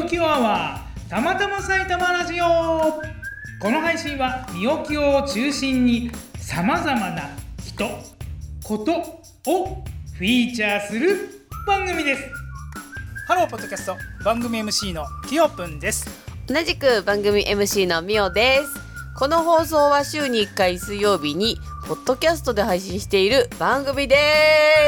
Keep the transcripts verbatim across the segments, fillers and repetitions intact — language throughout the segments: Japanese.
おきおアワーたまたま埼玉ラジオ。この配信はみおきおを中心にさまざまな人ことをフィーチャーする番組です。ハローポッドキャスト番組 エムシー のきよぷんです。 同じく番組 エムシー のみおです。この放送は週にいっかい水曜日にポッドキャストで配信している番組です。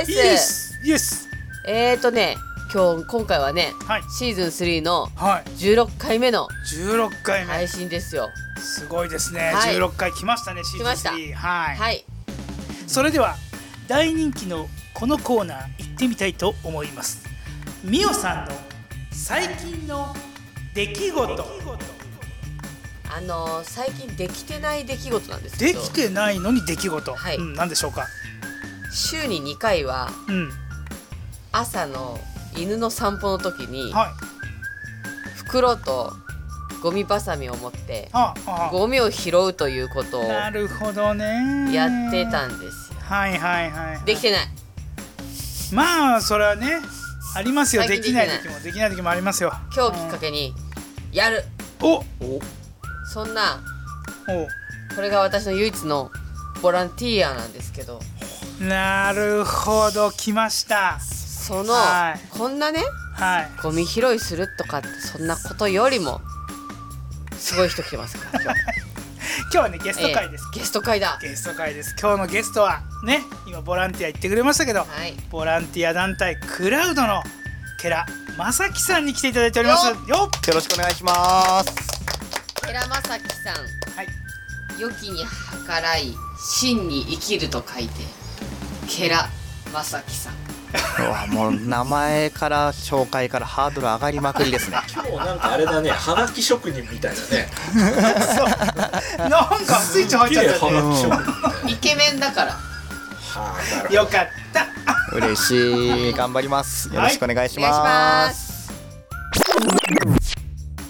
イエスイエス。 えーとね今日今回はね、 はい、 シーズンスリーのはい、 じゅうろっかいめのじゅうろっかいめ配信ですよ。 すごいですね、 はい、 じゅうろっかい来ましたね。シーズンスリー、はい、 はい、 それでは大人気のこのコーナー行ってみたいと思います。みおさんの最近の出来事。 あのー、最近できてない出来事なんですけど、 できてないのに出来事、 はい、うん、 何でしょうか。 週ににかいは、うん、朝の犬の散歩の時に、はい、袋とゴミバサミを持ってああゴミを拾うということをなるほどねやってたんですよ。 はいはいはい、 できてない。 まあそれはねありますよ。できない時もできない時もありますよ。 今日きっかけにやる。 おおそんなおこれが私の唯一のボランティアなんですけど。 なるほど来ました。 その、はい、こんなね、はい、ゴミ拾いするとかってそんなことよりもすごい人来てますから今日今日はねゲスト会です、 えー、ゲスト会だ。 ゲスト会です。今日のゲストはね今ボランティア言ってくれましたけど、はい、ボランティア団体クラウドのケラマサキさんに来ていただいております。よっよろしくお願いします。 ケラマサキさん、はい、良きに計らい真に生きると書いてケラマサキさん。 もう名前から紹介からハードル上がりまくりですね。 今日なんかあれだね、はがき職人みたいだね。 そうなんかスイッチ入っちゃったね、 うん、イケメンだから、 はあ、よかった。 嬉しい。頑張ります。よろしくお願いします、 はい、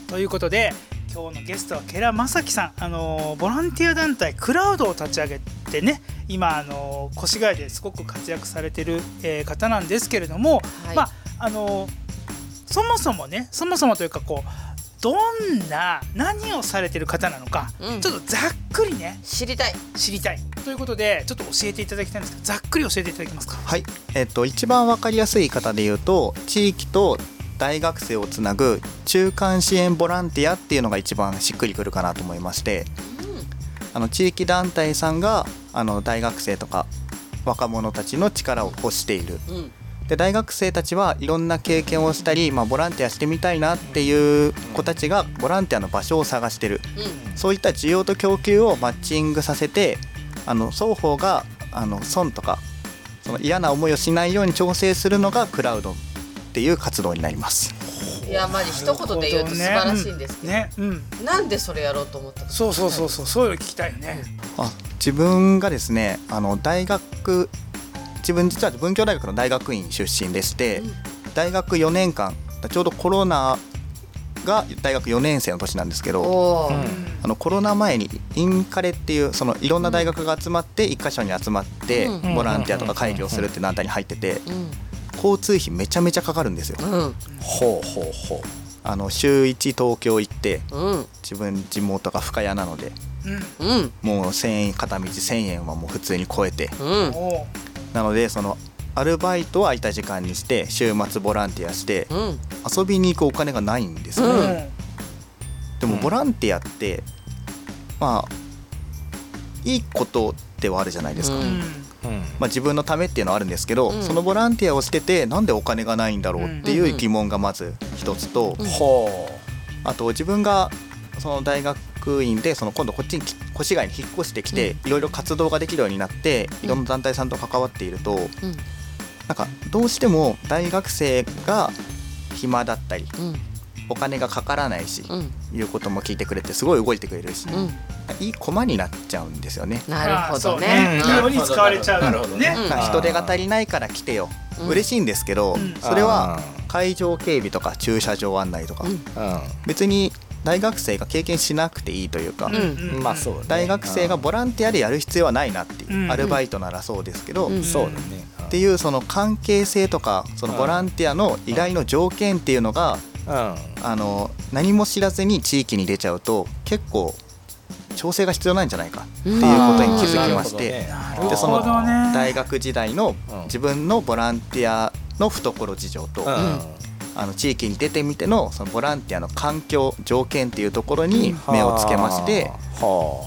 ということで今日のゲストはケラマサキさん、あのボランティア団体クラウドを立ち上げてね今あの越谷ですごく活躍されてる、えー、方なんですけれども、はい、まああのそもそもねそもそもというかこうどんな何をされてる方なのか、うん、ちょっとざっくりね知りたい知りたいということでちょっと教えていただきたいんですけど、ざっくり教えていただけますか。 はい、えっと一番わかりやすい方で言うと地域と大学生をつなぐ中間支援ボランティアっていうのが一番しっくりくるかなと思いまして、うん、あの地域団体さんがあの大学生とか若者たちの力を欲している、うん、で大学生たちはいろんな経験をしたり、まあ、ボランティアしてみたいなっていう子たちがボランティアの場所を探してる、うん、そういった需要と供給をマッチングさせてあの双方があの損とかその嫌な思いをしないように調整するのがクラウドっていう活動になります。 いやマジ一言で言うと素晴らしいんですけど、ねうんねうん、なんでそれやろうと思ったの。 そうそうそうそうそういうの聞きたいよね、 うん、あ自分がですねあの大学自分実は文教大学の大学院出身でして、うん、大学よねんかんちょうどコロナが大学よねん生の年なんですけど、うん、あのコロナ前にインカレっていうそのいろんな大学が集まって一箇所に集まってボランティアとか会議をするって団体に入ってて、うん交通費めちゃめちゃかかるんですよ、うん、ほうほうほうあの週いち東京行って、うん、自分地元が深谷なので、うん、もうせんえん片道せんえんはもう普通に超えて、うん、なのでそのアルバイトは空いた時間にして週末ボランティアして、うん、遊びに行くお金がないんですよね、うん、でもボランティアってまあいいことではあるじゃないですか、うんまあ、自分のためっていうのはあるんですけど、うん、そのボランティアをしててなんでお金がないんだろうっていう疑問がまず一つと、うんうん、あと自分がその大学院でその今度こっちに越谷に引っ越してきて、うん、いろいろ活動ができるようになっていろんな団体さんと関わっていると、うん、なんかどうしても大学生が暇だったり、うん、お金がかからないし、うん、いうことも聞いてくれてすごい動いてくれるし、うんいい駒になっちゃうんですよね。 なるほどね。 いいように使われちゃうだろうね。 人手が足りないから来てよ、うん、嬉しいんですけど、うん、それは会場警備とか駐車場案内とか、うん、別に大学生が経験しなくていいというか、うんまあそうね、大学生がボランティアでやる必要はないなっていう、うん、アルバイトならそうですけど、うん、そうだねっていうその関係性とかそのボランティアの依頼の条件っていうのがうん、あの何も知らずに地域に出ちゃうと結構調整が必要なんじゃないかっていうことに気づきまして、うん、でその大学時代の自分のボランティアの懐事情と、うん、あの地域に出てみて の, そのボランティアの環境条件っていうところに目をつけまして、うん、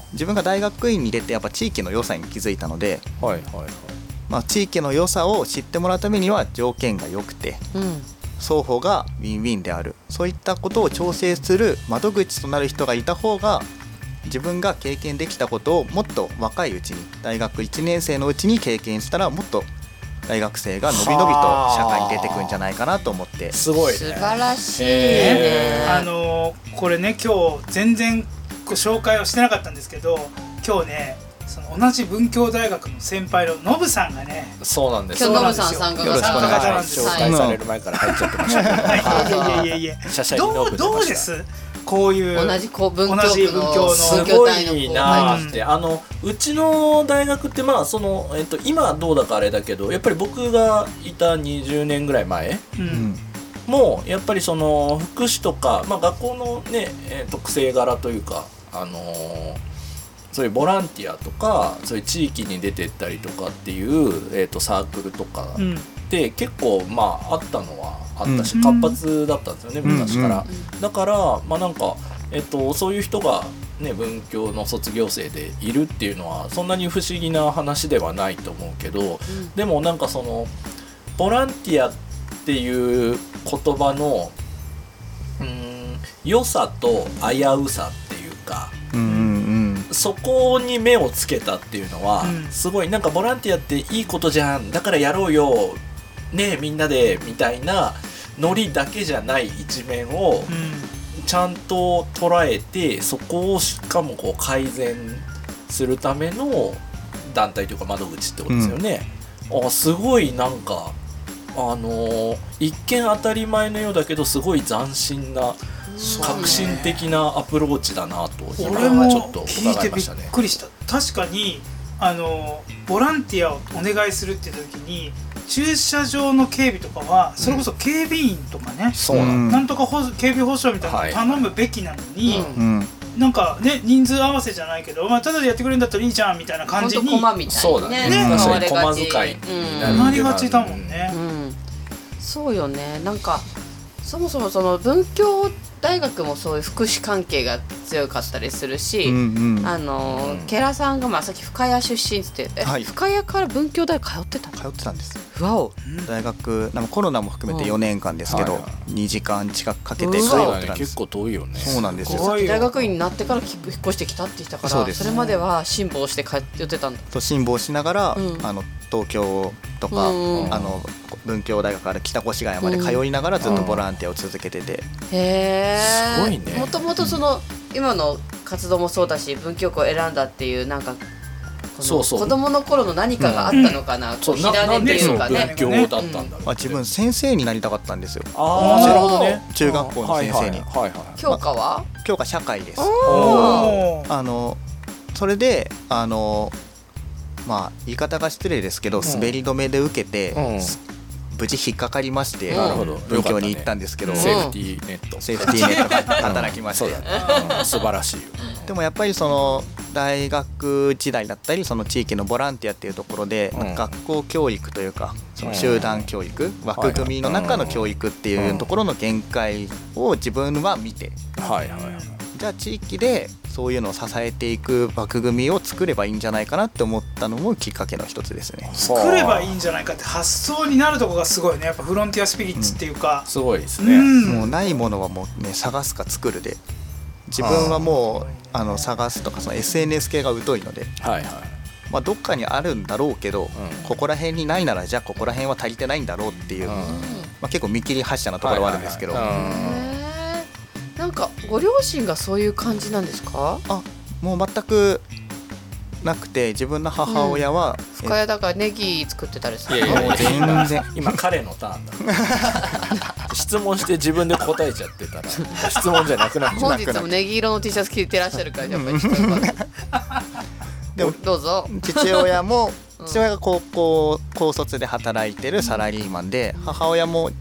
自分が大学院に出てやっぱ地域の良さに気づいたので、はいはいはい、まあ、地域の良さを知ってもらうためには条件が良くて、うん、双方がウィンウィンである、そういったことを調整する窓口となる人がいた方が自分が経験できたことをもっと若いうちに大学いちねん生のうちに経験したらもっと大学生がのびのびと社会に出てくるんじゃないかなと思って。 すごいね、 素晴らしいね。 あのこれね今日全然ご紹介をしてなかったんですけど、今日ねその同じ文教大学の先輩のノブさんがね、 そうなんですよ。今日ノブさん参加が参加型なんですよ。 紹介される前から入っちゃってましたけど、 はい、いやいやいやいやどうどうですこういう同じこう文教のすごいなって、あのうちの大学ってまあその、えっと、今はどうだかあれだけどやっぱり僕がいたにじゅうねんぐらい前、うん、もうやっぱりその福祉とか、まあ、学校のね、えー、特性柄というか、あのー、そういうボランティアとかそういう地域に出てったりとかっていう、えー、とサークルとかって結構まああったのはあったし、活発だったんですよね、昔から。だからまあなんか、えっと、そういう人が、ね、文教の卒業生でいるっていうのはそんなに不思議な話ではないと思うけど、でもなんかそのボランティアっていう言葉のうーん良さと危うさっていうか、うんうんうん、そこに目をつけたっていうのは、うん、すごいなんかボランティアっていいことじゃん、だからやろうよねえみんなでみたいなノリだけじゃない一面をちゃんと捉えて、そこをしかもこう改善するための団体というか窓口ってことですよね、うん、あすごいなんかあのー、一見当たり前のようだけどすごい斬新な革新的なアプローチだなと今ちょっと伺いましたね。 びっくりした。確かにあのボランティアをお願いするっていう時に駐車場の警備とかはそれこそ警備員とかね、うん、そうなん、なんとか警備保障みたいなのを頼むべきなのに、はいうん、なんかね人数合わせじゃないけど、まあ、ただでやってくれるんだったらいいじゃんみたいな感じに、 コマみたいそうだね、ね、確かにコマ使いになりがちだもんね、 うんうん、そうよね。なんかそもそもその文教大学もそういう福祉関係が強かったりするし、うんうん、あのケラさんがまあさっき深谷出身って言って、はい、深谷から文教大学通ってたの？ 通ってたんです。 わお。 大学コロナも含めてよねんかんですけど、うん、にじかん近くかけて通ってたんです。 結構遠いよね。 そうなんですよ。 大学院になってから引っ越してきたって言ったから、 そ, それまでは辛抱して通ってたんだ。 と辛抱しながら、うん、あの東京とか、うん、あの文教大学から北越谷まで通いながらずっとボランティアを続けてて、 うん、へーすごいね。 もともとその今の活動もそうだし文教区を選んだっていうなんかそうそう子供の頃の何かがあったのかな、うん、こう火種っていうかね。 文教だったんだろう、 うん、あ自分先生になりたかったんですよ。 あなるほどね。 中学校の先生に、はいはいはいはい、 教科は教科社会です。あのそれであのまあ言い方が失礼ですけど、うん、滑り止めで受けて、うん無事引っかかりまして、うん、文教に行ったんですけど、 ね、セーフティーネットセーフティーネットが働きまして、 うん、素晴らしいよ。 でもやっぱりその大学時代だったりその地域のボランティアっていうところで、うん、学校教育というかその集団教育、うん、枠組みの中の教育っていうところの限界を自分は見て、はいはいはい、じゃあ地域でそういうのを支えていく枠組みを作ればいいんじゃないかなって思ったのもきっかけの一つですね。 作ればいいんじゃないかって発想になるところがすごいね。やっぱフロンティアスピリッツっていうか、 うん、すごいですね、 うん、 もうないものはもうね探すか作るで、自分はもうあの探すとかその エスエヌエス 系が疎いので、はいはいまあ、どっかにあるんだろうけど、うん、ここら辺にないならじゃあここら辺は足りてないんだろうっていう、うんまあ、結構見切り発車なところはあるんですけど、 なんかご両親がそういう感じなんですか？ あもう全くなくて、自分の母親は、 うん、深谷だからネギ作ってたりする。 いやいやもう全然今彼のターンだ質問して自分で答えちゃってたら質問じゃなくなっちゃう。 本日もネギ色の T シャツ着てらっしゃるからやっぱりでもどうぞ。 父親も父親が高校高卒で働いてるサラリーマンで、母親も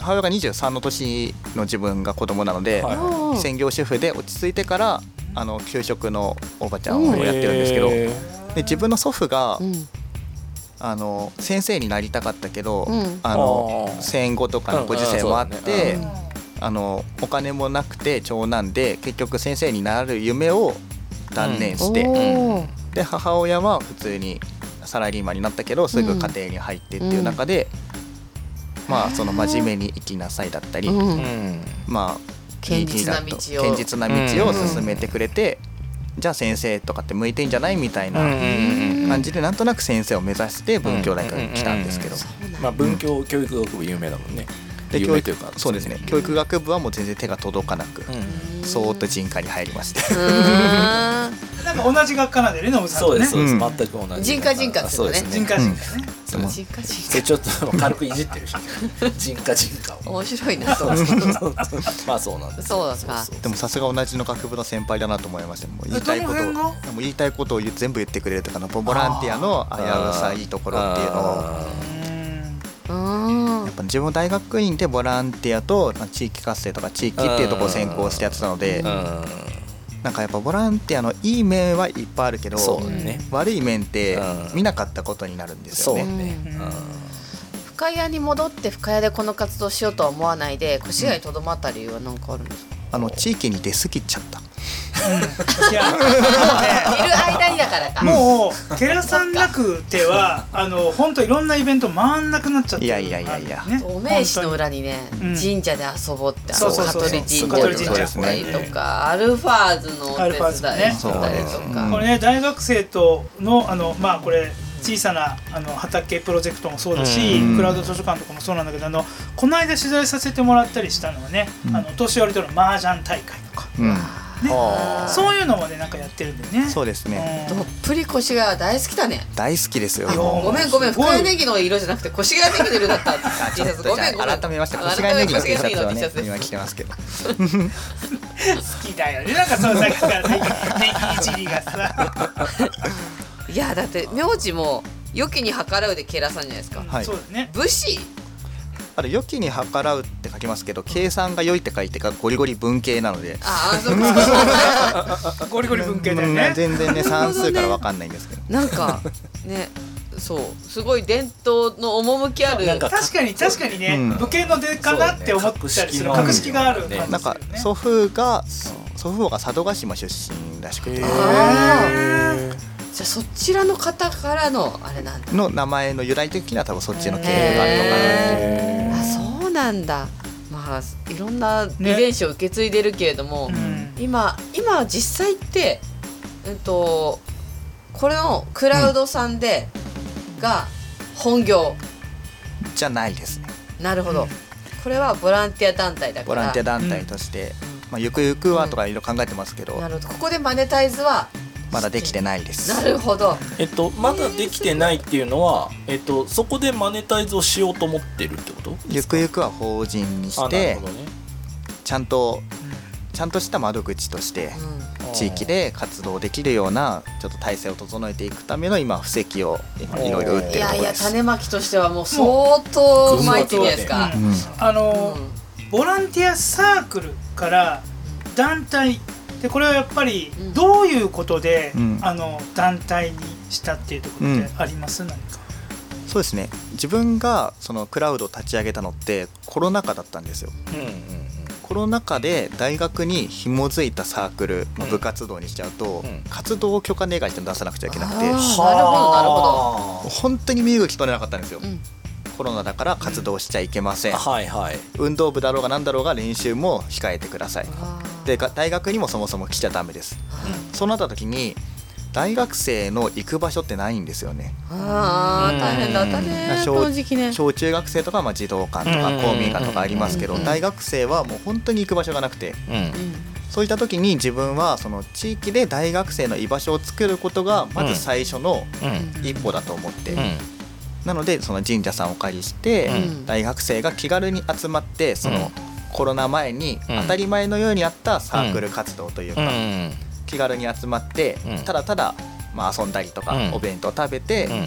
母親がにじゅうさんの年の自分が子供なので、はい、専業主婦で落ち着いてからあの給食のおばちゃんをやってるんですけど、で自分の祖父が、うん、あの先生になりたかったけど、うん、あの戦後とかのご時世もあって、うん、あのお金もなくて長男で結局先生になる夢を断念して、うん、で母親は普通にサラリーマンになったけどすぐ家庭に入ってっていう中で、うん、まあその真面目に生きなさいだったり、うん、まあ堅実な道を堅実な道を進めてくれて、うん、じゃあ先生とかって向いてんじゃないみたいな感じでなんとなく先生を目指して文教大学に来たんですけど、 まあ文教教育学部有名だもんね。 で教育そうですね、教育学部はもう全然手が届かなく、うん、そーっと人科に入りましてなんか同じ学科なんでね、ノブさんとね。 そうです、そうです、全く同じ。 人科人科ですよね。 人科人科ね。 人科人科。 ちょっと軽くいじってるし、人科人科を。 面白いなと。 まあそうなんです。 そうですか。 でもさすが同じの学部の先輩だなと思いました。もう言いたいことを、もう言いたいことを全部言ってくれるとかのボランティアの危うさいいところっていうのを。やっぱ自分大学院でボランティアと地域活性とか地域っていうところを専攻してやってたので、なんかやっぱボランティアのいい面はいっぱいあるけど、ね、悪い面って見なかったことになるんですよね。そうね、うん、 深谷に戻って深谷でこの活動しようとは思わないで越谷にとどまった理由は何かあるんですか？ あの地域に出過ぎちゃった。 いや、もうね、いる間にだからか。 もうケラさんなくてはあの本当いろんなイベント回んなくなっちゃって。 いやいやいやいや。 ね、お名刺の裏にね、神社で遊ぼうって、そうそうそう、香取神社だったりとか、アルファーズのお手伝いしたりとか。 これね、大学生とのあのまあこれ。小さなあの畑プロジェクトもそうだし、クラウド図書館とかもそうなんだけど、あのこの間取材させてもらったりしたのはね、うん、あのお年寄りとの麻雀大会とか、うんね、そういうのもねなんかやってるんだよね。 そうですね、 どっぷり越谷大好きだね。 大好きですよ。 ごめんごめん、深谷ネギの色じゃなくて越谷ネギの色だったTシャツ。ごめんごめん、 改めまして越谷ネギの T シャツをね今着てますけど好きだよね、なんかそのさっきからネギいじりがさいやだって名字も良きに計らうでケラさんじゃないですか、 はい、そうだね。 武士あれ良きに計らうって書きますけど、計算が良いって書いてかゴリゴリ文系なので、 ああそうかゴリゴリ文系だよね。 全然ね算数から分かんないんですけど、 なんかね、そうすごい伝統の趣ある。 確かに確かにね、うん、武家の出かなって思ったりする格式がある感じですよね。 なんか祖父が祖父母が佐渡島出身らしくて、 じゃあそちらの方からのあれなんだの名前の由来的には多分そっちの経緯があるのかなって。 あ、そうなんだ。まあいろんな遺伝子を受け継いでるけれども、ね、今今実際って、えっと、これのクラウドさんで、うん、が本業じゃないですね。 なるほど、うん、これはボランティア団体だからボランティア団体として、うん、まあ、ゆくゆくはとかいろいろ考えてますけど、うん、 なるほど。ここでマネタイズはまだできてないです。 なるほど。 えっとまだできてないっていうのは、えっとそこでマネタイズをしようと思ってるってこと？ ゆくゆくは法人にして、ね、ちゃんとちゃんとした窓口として、うん、地域で活動できるようなちょっと体制を整えていくための今布石をいろいろ打ってるところです。いやいや、 種まきとしてはもう相当うまいっていうんですか。 うん、あの、うん、ボランティアサークルから団体で、これはやっぱりどういうことで、うん、あの団体にしたっていうところってあります、うん、何か？ そうですね、自分がそのクラウドを立ち上げたのってコロナ禍だったんですよ、うんうんうん、コロナ禍で大学に紐づいたサークル、うん、部活動にしちゃうと、うん、活動許可願いって出さなくちゃいけなくて、なるほどなるほど、本当に身動き取れなかったんですよ、うん、コロナだから活動しちゃいけません、うん、はいはい、運動部だろうがなんだろうが練習も控えてください。で大学にもそもそも来ちゃダメです、うん、そうなった時に大学生の行く場所ってないんですよね。 あー大変だったね、この時期ね。 小中学生とかまあ児童館とか公民館とかありますけど、大学生はもう本当に行く場所がなくて、うん、そういった時に自分はその地域で大学生の居場所を作ることがまず最初の一歩だと思って、うんうん、なのでその神社さんをお借りして、うん、大学生が気軽に集まってその、うんコロナ前に当たり前のようにあったサークル活動というか、うん、気軽に集まって、うん、ただただまあ遊んだりとか、うん、お弁当食べて、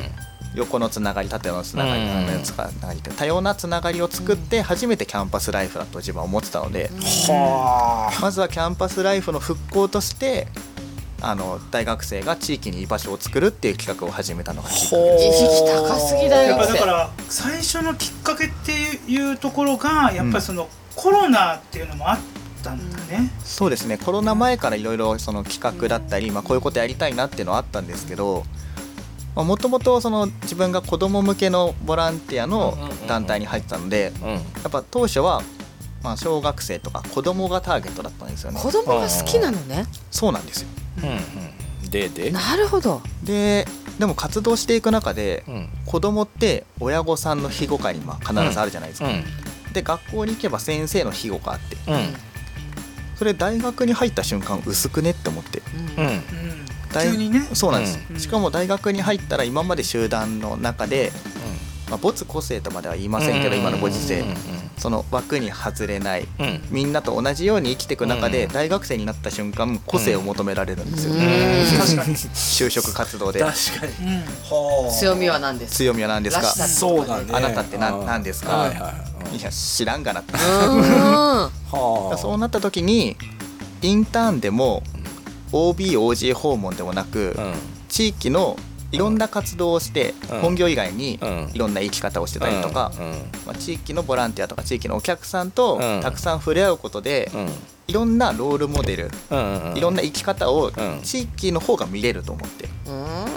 横のつながり縦のつながり、うん、つながり多様なつながりを作って初めてキャンパスライフだと自分は思ってたので、うん、まずはキャンパスライフの復興としてあの大学生が地域に居場所を作るっていう企画を始めたのがきっかけです。 意識高すぎだよ。 やっぱだから最初のきっかけっていうところがやっぱりそのコロナっていうのもあったんだね、うん、 そうですね。コロナ前からいろいろその企画だったり、まあ、こういうことやりたいなっていうのはあったんですけど、もともと自分が子ども向けのボランティアの団体に入ってたので、やっぱ当初はまあ小学生とか子どもがターゲットだったんですよね。 子どもが好きなのね。 そうなんですよ。 うんうん、ででなるほど。 ででも活動していく中で、うん、子どもって親御さんの庇護下にまあ必ずあるじゃないですか、うんうん、で学校に行けば先生の庇護があって、うん、それ大学に入った瞬間薄くねって思って、 うんうん、急にね。 そうなんです、うん、しかも大学に入ったら今まで集団の中で、うんまあ、没個性とまでは言いませんけど、うん、今のご時世、うん、その枠に外れない、うん、みんなと同じように生きていく中で、うん、大学生になった瞬間個性を求められるんですよ、うん、 確かに就職活動で確かに、うん、は強みは何ですか。 強みは何ですか。 そうだね。 あなたって何、何ですか、はいはい、いや知らんがなってそうなった時にインターンでも オービーオージー 訪問でもなく、うん、地域のいろんな活動をして、うん、本業以外にいろんな生き方をしてたりとか、うんうんまあ、地域のボランティアとか地域のお客さんとたくさん触れ合うことで、うん、いろんなロールモデル、うんうん、いろんな生き方を地域の方が見れると思って、うん、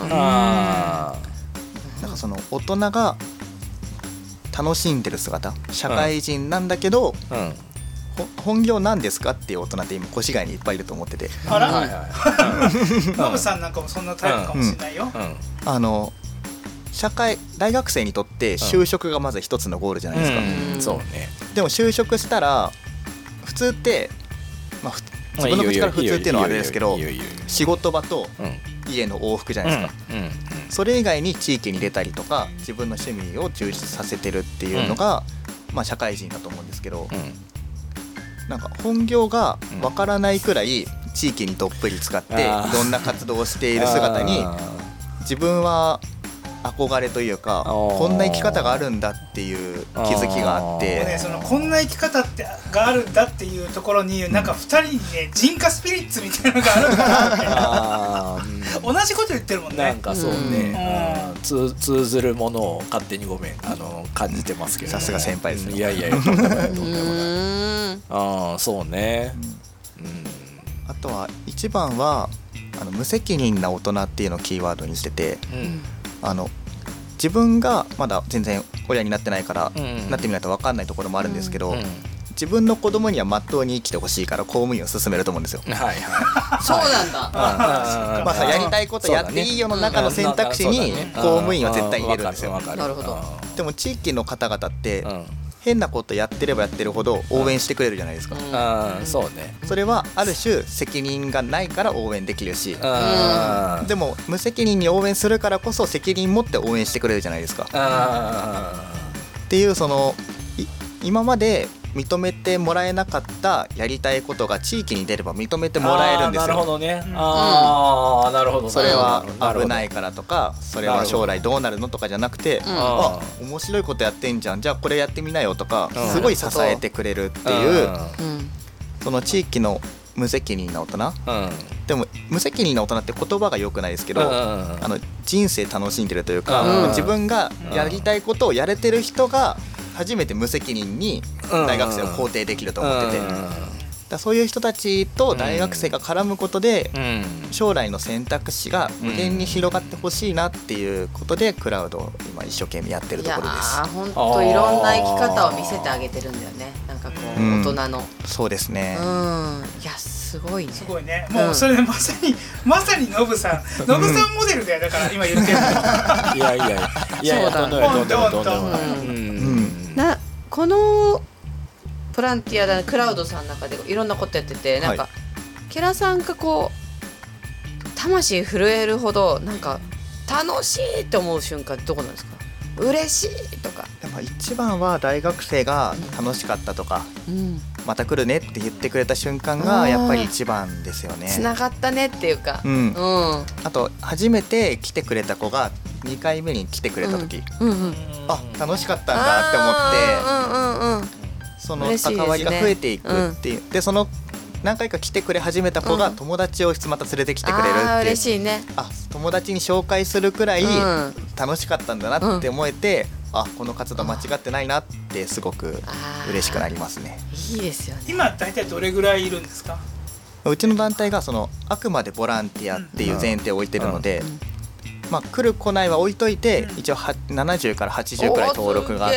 なんかその大人が楽しんでる姿、社会人なんだけど、うんうん本業なんですかっていう大人って今越谷にいっぱいいると思ってて、 あら、はいはい、ノブさんなんかもそんなタイプかもしれないよ、うんうん、 あの社会大学生にとって就職がまず一つのゴールじゃないですか、 うん、そうね。 でも就職したら普通って、まあ、自分の口から普通っていうのはあれですけど仕事場と家の往復じゃないですか、うんうんうん、それ以外に地域に出たりとか自分の趣味を充実させてるっていうのが、うんまあ、社会人だと思うんですけど、うんなんか本業がわからないくらい地域にどっぷり使っていろんな活動をしている姿に自分は憧れというかこんな生き方があるんだっていう気づきがあって、 ね、そのこんな生き方ってがあるんだっていうところになんかふたりにね人化スピリッツみたいなのがあるんだなって同じこと言ってるもんね。 なんかそうね、うん、通, 通ずるものを勝手にごめんあの感じてますけど、 さすが先輩ですね。 いやいやいやとんでもないとんでもないああそうね、 うんうん、あとは一番はあの無責任な大人っていうのをキーワードにしてて、うんあの自分がまだ全然親になってないから、うん、なってみないと分かんないところもあるんですけど、うん、自分の子供にはまっとうに生きてほしいから公務員を進めると思うんですよ。 はいはい、そうなんだ。 まあさやりたいことやっていいよの中の選択肢に公務員は絶対入れるんですよ。 なるほど。 でも地域の方々って変なことやってればやってるほど応援してくれるじゃないですか。 うん、そうね。 それはある種責任がないから応援できるし、うん、でも無責任に応援するからこそ責任持って応援してくれるじゃないですか。っていうその今まで認めてもらえなかったやりたいことが地域に出れば認めてもらえるんですよ。 なるほどね。ああ、なるほど。 それは危ないからとか、それは将来どうなるのとかじゃなくて、あ、面白いことやってんじゃん、じゃあこれやってみなよとか、すごい支えてくれるっていう、その地域の無責任な大人、うん、でも無責任な大人って言葉が良くないですけど、うん、あの人生楽しんでるというか、うん、自分がやりたいことをやれてる人が初めて無責任に大学生を肯定できると思ってて、うん、だそういう人たちと大学生が絡むことで、うん、将来の選択肢が無限に広がってほしいなっていうことでクラウドを今一生懸命やってるところです。 いやー、本当いろんな生き方を見せてあげてるんだよね。なんかこう、うん、大人のそうですね、 うん、いやすごいね、 すごいね。もうそれでまさに、うん、まさにノブさんノブさんモデルだよ。だから今言ってるのいやいやいやいやいや、とんでもないとんでもないとんでもない、うん、 なこのボランティアだクラウドさんの中でいろんなことやってて、なんか、はい、ケラさんがこう魂震えるほどなんか楽しいって思う瞬間ってどこなんですか？嬉しいとか。 やっぱ一番は大学生が楽しかったとか、うん、 また来るねって言ってくれた瞬間がやっぱり一番ですよね。 つながったねっていうか、 うんうん、あと初めて来てくれた子がにかいめに来てくれた時、うんうんうん、あ楽しかったんだって思って、うんうんうん、その関わりが増えていくっていう、 で, ねうん、でその何回か来てくれ始めた子が友達をまた連れてきてくれるっていう、 あ嬉しいね。 あ友達に紹介するくらい楽しかったんだなって思えて、うん、あこの活動間違ってないなってすごく嬉しくなりますね。 いいですよね。 今大体どれぐらいいるんですか？ うちの団体がそのあくまでボランティアっていう前提を置いてるので、うんうんまあ、来る来ないは置いといて、うん、一応ななじゅうからはちじゅうくらい登録があって、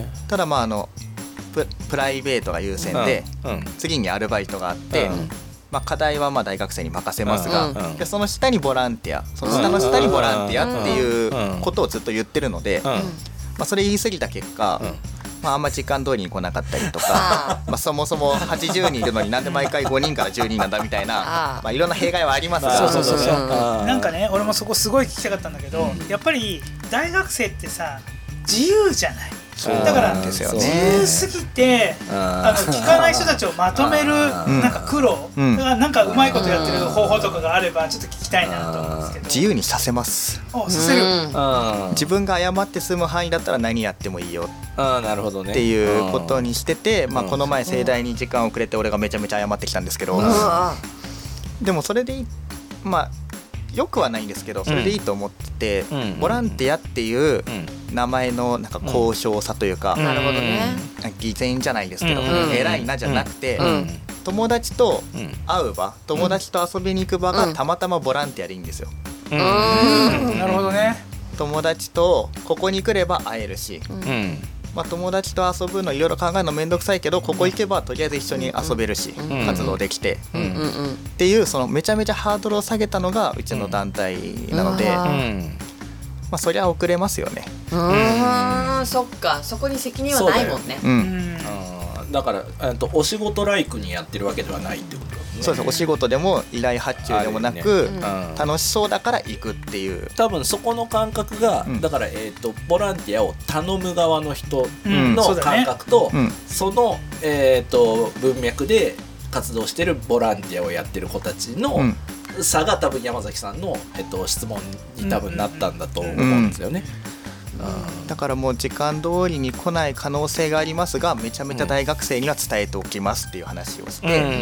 ただまああのプ, プライベートが優先で、うんうん、次にアルバイトがあって、うんまあ、課題はまあ大学生に任せますが、うん、でその下にボランティアその下の下にボランティアっていうことをずっと言ってるので、うんまあ、それ言い過ぎた結果、うんまあ、あんま時間通りに来なかったりとかまあそもそもはちじゅうにんいるのになんで毎回ごにんからじゅうにんなんだみたいなまあいろんな弊害はありますが、 そうそうそうそうなんかね俺もそこすごい聞きたかったんだけど、うん、やっぱり大学生ってさ自由じゃない。だから自由すぎてあの聞かない人たちをまとめるなんか苦労、うん、だからなんかうまいことやってる方法とかがあればちょっと聞きたいなと思うんですけど。 自由にさせます。 あさせる、 うん、自分が謝って済む範囲だったら何やってもいいよっていうことにしてて、まあ、この前盛大に時間遅れて俺がめちゃめちゃ謝ってきたんですけど、でもそれでいいまあよくはないんですけどそれでいいと思ってて、うん、ボランティアっていう名前のなんか高尚さというか、 なるほどね、 偽善じゃないですけど、うん、偉いなじゃなくて、うん、友達と会う場友達と遊びに行く場がたまたまボランティアでいいんですよ、 うんうん、なるほどね。 友達とここに来れば会えるし、うんまあ、友達と遊ぶのいろいろ考えるのめんどくさいけどここ行けばとりあえず一緒に遊べるし、うん、活動できて、うんうん、っていうそのめちゃめちゃハードルを下げたのがうちの団体なので、うんまあ、そりゃ遅れますよね。 うーんそっかそこに責任はないもんね。 う, うんだからとお仕事ライクにやってるわけではないってことだね。 そうですお仕事でも依頼発注でもなく、ねうん、楽しそうだから行くっていう多分そこの感覚が、うん、だから、えー、とボランティアを頼む側の人の感覚と、うん そ, ねうん、その、えー、と文脈で活動してるボランティアをやってる子たちの差が多分山崎さんの、えー、と質問に多分なったんだと思うんですよね。 うん、だからもう時間通りに来ない可能性がありますがめちゃめちゃ大学生には伝えておきますっていう話をして、うん、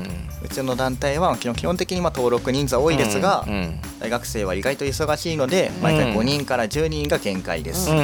うちの団体は基本的にまあ登録人数は多いですが、うん、大学生は意外と忙しいので毎回ごにんからじゅうにんが限界です、うん、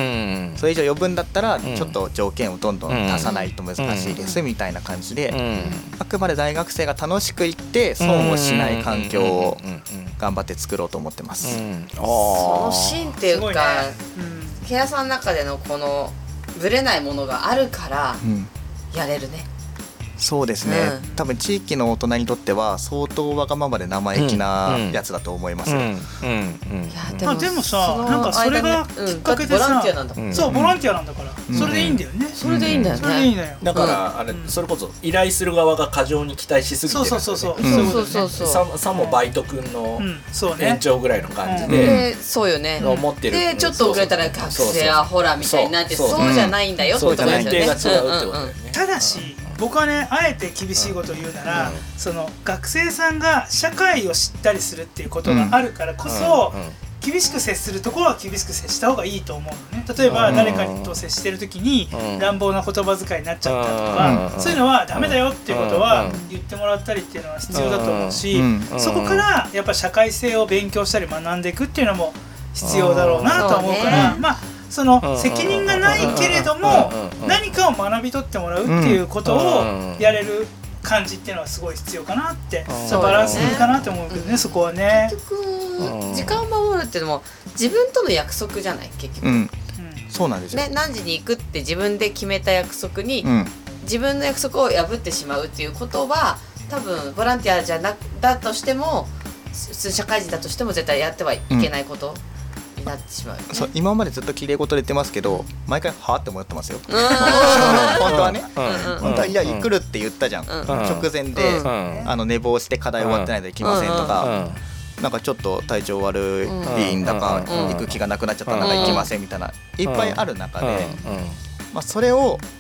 それ以上呼ぶんだったらちょっと条件をどんどん足さないと難しいですみたいな感じで、うん、あくまで大学生が楽しく行って損をしない環境を頑張って作ろうと思ってます、うんうん、 そのシーンっていうかケラさんの中でのこのぶれないものがあるからやれるね、 うん、そうですね、うん、多分地域の大人にとっては相当わがままで生意気なやつだと思います、うんうんうんうん、いや で, もでもさなんかそれがきっかけでさ、うん、ボランティアなんだ、うん、そうボランティアなんだから、うん、それでいいんだよね、うん、 それでいいんだよね、それでいいんだよだからあれ、うん、それこそ依頼する側が過剰に期待しすぎてる、ね、 そうそうそうそうさ, さもバイト君の延長ぐらいの感じで、 うんでそうよね思ってるでちょっと遅れたら学生はほらみたいになってそうじゃないんだよってことですよね。 前提が違うってことだよね。 ただし僕はねあえて厳しいことを言うなら、うん、その学生さんが社会を知ったりするっていうことがあるからこそ、うんうん、厳しく接するところは厳しく接した方がいいと思うのね。例えば誰かと接してる時に乱暴な言葉遣いになっちゃったとか、うん、そういうのはダメだよっていうことは言ってもらったりっていうのは必要だと思うし、そこからやっぱ社会性を勉強したり学んでいくっていうのも必要だろうなと思うから、まあその責任がないけれども何かを学び取ってもらうっていうことをやれる感じっていうのはすごい必要かなって、バランスいいかなって思うけどね、うん、そこはね。 結局時間を守るっていうのも自分との約束じゃない結局、うん、 そうなんですよ、 ね、何時に行くって自分で決めた約束に、うん、自分の約束を破ってしまうっていうことは多分ボランティアじゃなだとしても普通社会人だとしても絶対やってはいけないこと、うんなってしまうね、 そう今までずっと綺麗事で言ってますけど毎回はぁって思ってますよ本当はね、うん、本当はいや来るって言ったじゃん、うん、直前で、うん、あの寝坊して課題終わってないといけませんとか、うん、なんかちょっと体調悪いんだか、うん、行く気がなくなっちゃったんだか行きませんみたいないっぱいある中で、まあ、それを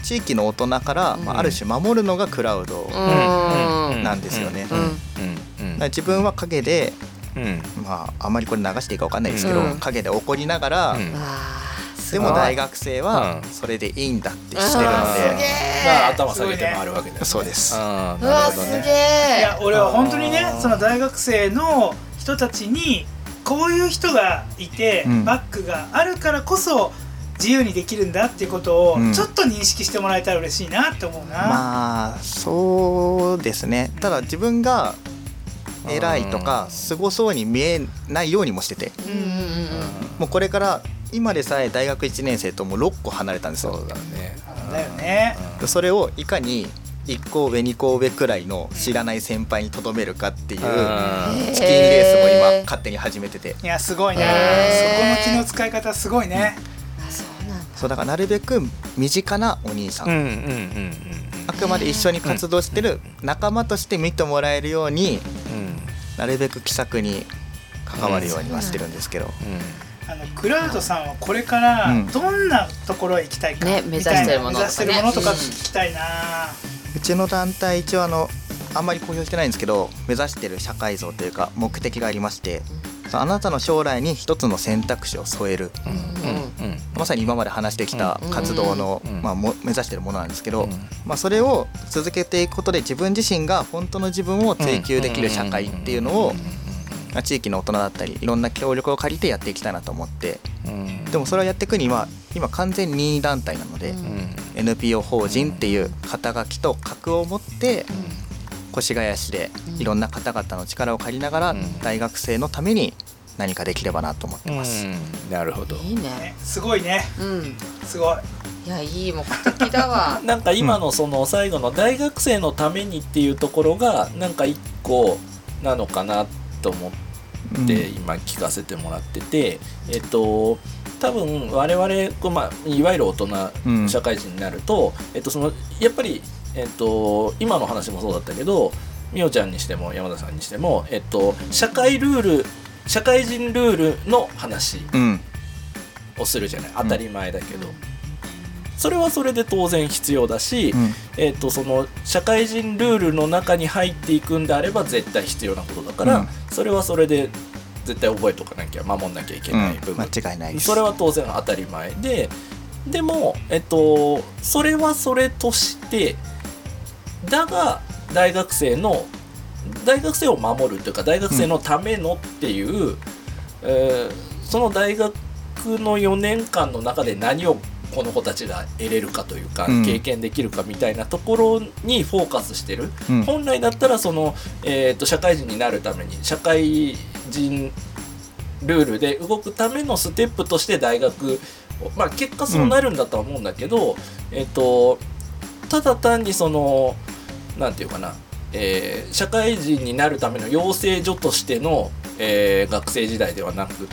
地域の大人から、まあ、ある種守るのがクラウドなんですよね。自分は陰で、まあ、あんまりこれ流していいか分かんないですけど、陰で怒りながら、でも大学生はそれでいいんだってしてるので、 まあ頭下げて回るわけですね。 そうです。 なるほどね。 いや俺は本当にね、その大学生の人たちにこういう人がいて、バックがあるからこそ自由にできるんだっていうことをちょっと認識してもらえたら嬉しいなって思うな。まあそうですね。ただ自分が偉いとかすごそうに見えないようにもしてて、もうこれから今でさえ大学いちねん生ともろっこ離れたんですよ。 そうだね。 だよね。 それをいかにいっこ上にこ上くらいの知らない先輩にとどめるかっていうチキンレースも今勝手に始めてて、 いやすごいね。そこの気の使い方すごいね。 そうだからなるべく身近なお兄さん、あくまで一緒に活動してる仲間として見てもらえるように、なるべく気さくに関わるようにはしてるんですけど、 あのクラウドさんはこれからどんなところへ行きたいか、 ね、目指してるものとかね、 目指してるものとか聞きたいな。 うちの団体一応あのあんまり公表してないんですけど、目指してる社会像というか目的がありまして、あなたの将来に一つの選択肢を添える、うんうん、まさに今まで話してきた活動の、まあ、も目指してるものなんですけど、まあ、それを続けていくことで自分自身が本当の自分を追求できる社会っていうのを、地域の大人だったりいろんな協力を借りてやっていきたいなと思って、でもそれをやっていくには今完全に任意団体なので、エヌピーオー 法人っていう肩書きと格を持って越谷市でいろんな方々の力を借りながら大学生のために何かできればなと思ってます。 うん、なるほど。 いいね。 すごいね。うん、すごい。 いやいい目的だわ。 なんか今のその最後の大学生のためにっていうところがなんか一個なのかなと思って今聞かせてもらってて、えっと多分我々まあいわゆる大人社会人になると、えっとそのやっぱりえっと、今の話もそうだったけど、みおちゃんにしても山田さんにしても、えっと、社会ルール社会人ルールの話をするじゃない、うん、当たり前だけど、それはそれで当然必要だし、うん、えっと、その社会人ルールの中に入っていくんであれば絶対必要なことだから、うん、それはそれで絶対覚えとかなきゃ守んなきゃいけない部分、 うん、間違いないです。 それは当然当たり前で、でも、えっと、それはそれとしてだが大学生の大学生を守るというか大学生のためのっていう、うん、えー、その大学のよねんかんの中で何をこの子たちが得れるかというか、うん、経験できるかみたいなところにフォーカスしてる、うん、本来だったらその、えーと、社会人になるために社会人ルールで動くためのステップとして大学、まあ、結果そうなるんだとは思うんだけど、うん、えーと、ただ単にそのなんていうかな、えー、社会人になるための養成所としての、えー、学生時代ではなくって、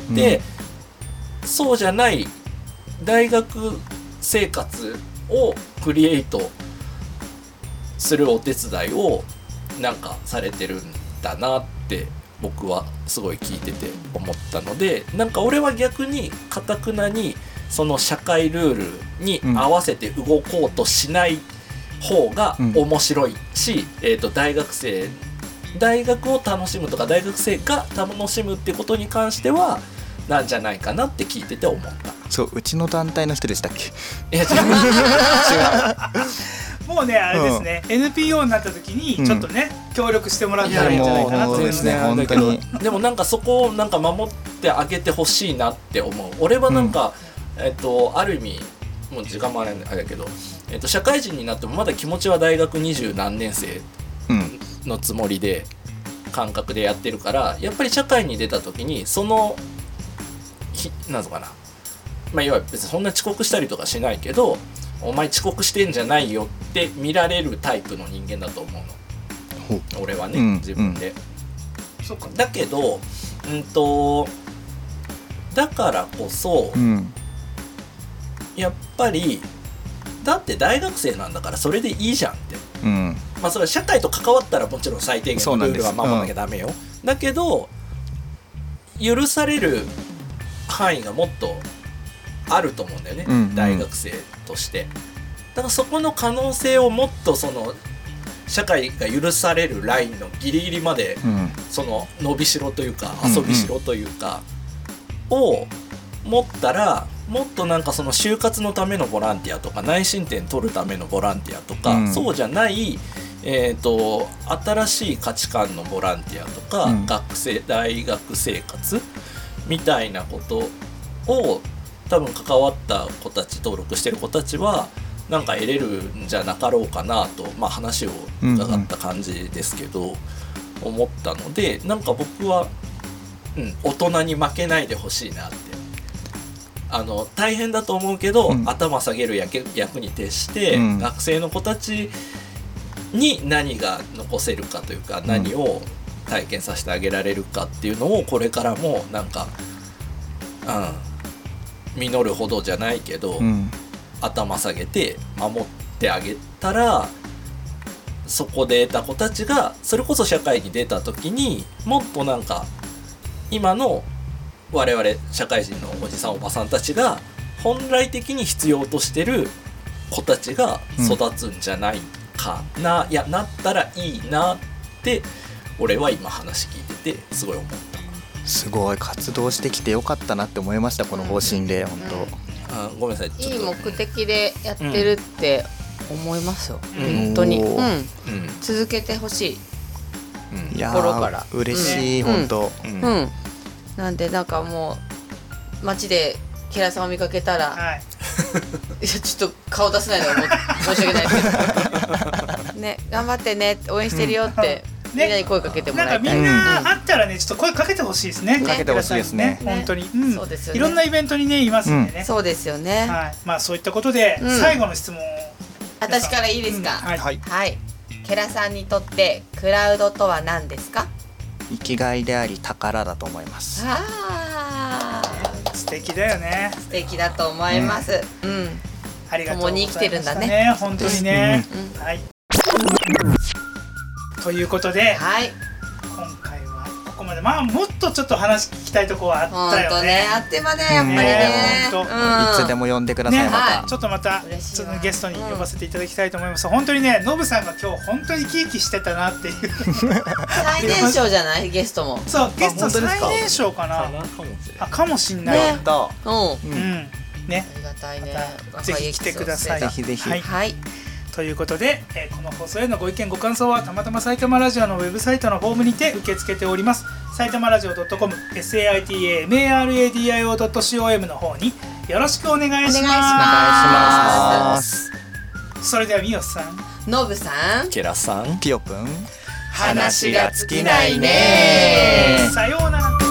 うん、そうじゃない大学生活をクリエイトするお手伝いをなんかされてるんだなって僕はすごい聞いてて思ったので、なんか俺は逆に堅くなにその社会ルールに合わせて動こうとしない方が面白いし、うん、えーと、大学生大学を楽しむとか大学生が楽しむってことに関してはなんじゃないかなって聞いてて思った。 そう、うちの団体の人でしたっけ？ いや違う違うもうねあれですね、うん、エヌピーオー になった時にちょっとね、うん、協力してもらったらいいんじゃないかなと思いますね。 本当にでもなんかそこをなんか守ってあげてほしいなって思う。俺はなんか、うん、えっとある意味もう時間もあれだけど、えっと、社会人になってもまだ気持ちは大学二十何年生のつもりで感覚でやってるから、やっぱり社会に出た時にそのなんとかな、まあいわゆる別にそんな遅刻したりとかしないけど、お前遅刻してんじゃないよって見られるタイプの人間だと思うの俺はね、うん、自分で、うん、そうか。だけどうんとだからこそ、うん、やっぱりだって大学生なんだからそれでいいじゃんって、うん、まあそれは社会と関わったらもちろん最低限のルールは守らなきゃダメよ、うん、だけど許される範囲がもっとあると思うんだよね、うんうん、大学生として。 からそこの可能性をもっとその社会が許されるラインのギリギリまで、うん、その伸びしろというか遊びしろというか、うんうん、を持ったらもっとなんかその就活のためのボランティアとか内申点取るためのボランティアとか、うん、そうじゃない、えーと、新しい価値観のボランティアとか、うん、学生大学生活みたいなことを多分関わった子たち登録してる子たちはなんか得れるんじゃなかろうかなと、まあ、話を伺った感じですけど、うんうん、思ったのでなんか僕は、うん、大人に負けないでほしいなってあの大変だと思うけど、うん、頭下げる役に徹して、うん、学生の子たちに何が残せるかというか、うん、何を体験させてあげられるかっていうのをこれからもなんか、うん、実るほどじゃないけど、うん、頭下げて守ってあげたらそこで得た子たちがそれこそ社会に出た時にもっとなんか今の我々社会人のおじさんおばさんたちが本来的に必要としてる子たちが育つんじゃないかな、うん、いやなったらいいなって俺は今話聞いててすごい思った。 すごい活動してきてよかったなって思いましたこの方針で、うん、本当、うん、あごめんなさいちょっといい目的でやってるって思いますよ、うん、本当に、うんうん、続けてほしい、 うん、心から嬉しい、うん、本当、うんうん、 なんでなんかもう街でケラさんを見かけたら、はい、いやちょっと顔出せないのが申し訳ないですけどね頑張ってね応援してるよって、うん、みんなに声かけてもらいたい。 なんかみんな会ったらねちょっと声かけてほしいですね。 かけてほしいですね。 本当に、うん、そうですよね。いろんなイベントにねいますんでね、 うん。そうですよね。 はい。まあそういったことで、うん、最後の質問を私からいいですか。うん、 はい。 はい。ケラさんにとってクラウドとは何ですか。 生きがいであり宝だと思います。 ああ、 素敵だよね。 素敵だと思います。うん。うん、 ありがとうございましたね。共に生きてるんだね。 本当にね。うん、はい。ということで、 はい、 今回はここまで。まあもっとちょっと話聞きたいところはあったよね。 本当ね、あってまねやっぱりね。 本当。いつでも呼んでください、ね、また、 はい。ちょっとまたちょっとゲストに呼ばせていただきたいと思います。うん、本当にね、ノブさんが今日本当に生き生きしてたなっていう。 最年少じゃないゲストも。 そうゲスト最年少かな。あかもしんない。 ね、うん。 うん。ね。 ありがたいね。 ま、ぜひ来てください。 ぜひぜひ。 はい。はい、ということで、えー、この放送へのご意見ご感想はたまたま埼玉ラジオのウェブサイトのフォームにて受け付けております。埼玉ラジオ .com サイタマラジオ ドットコム の方によろしくお願いします。お願いします。 それではみよさん、 のぶさん、 ケラさん、 ピヨくん、 話が尽きないね。 さようなら。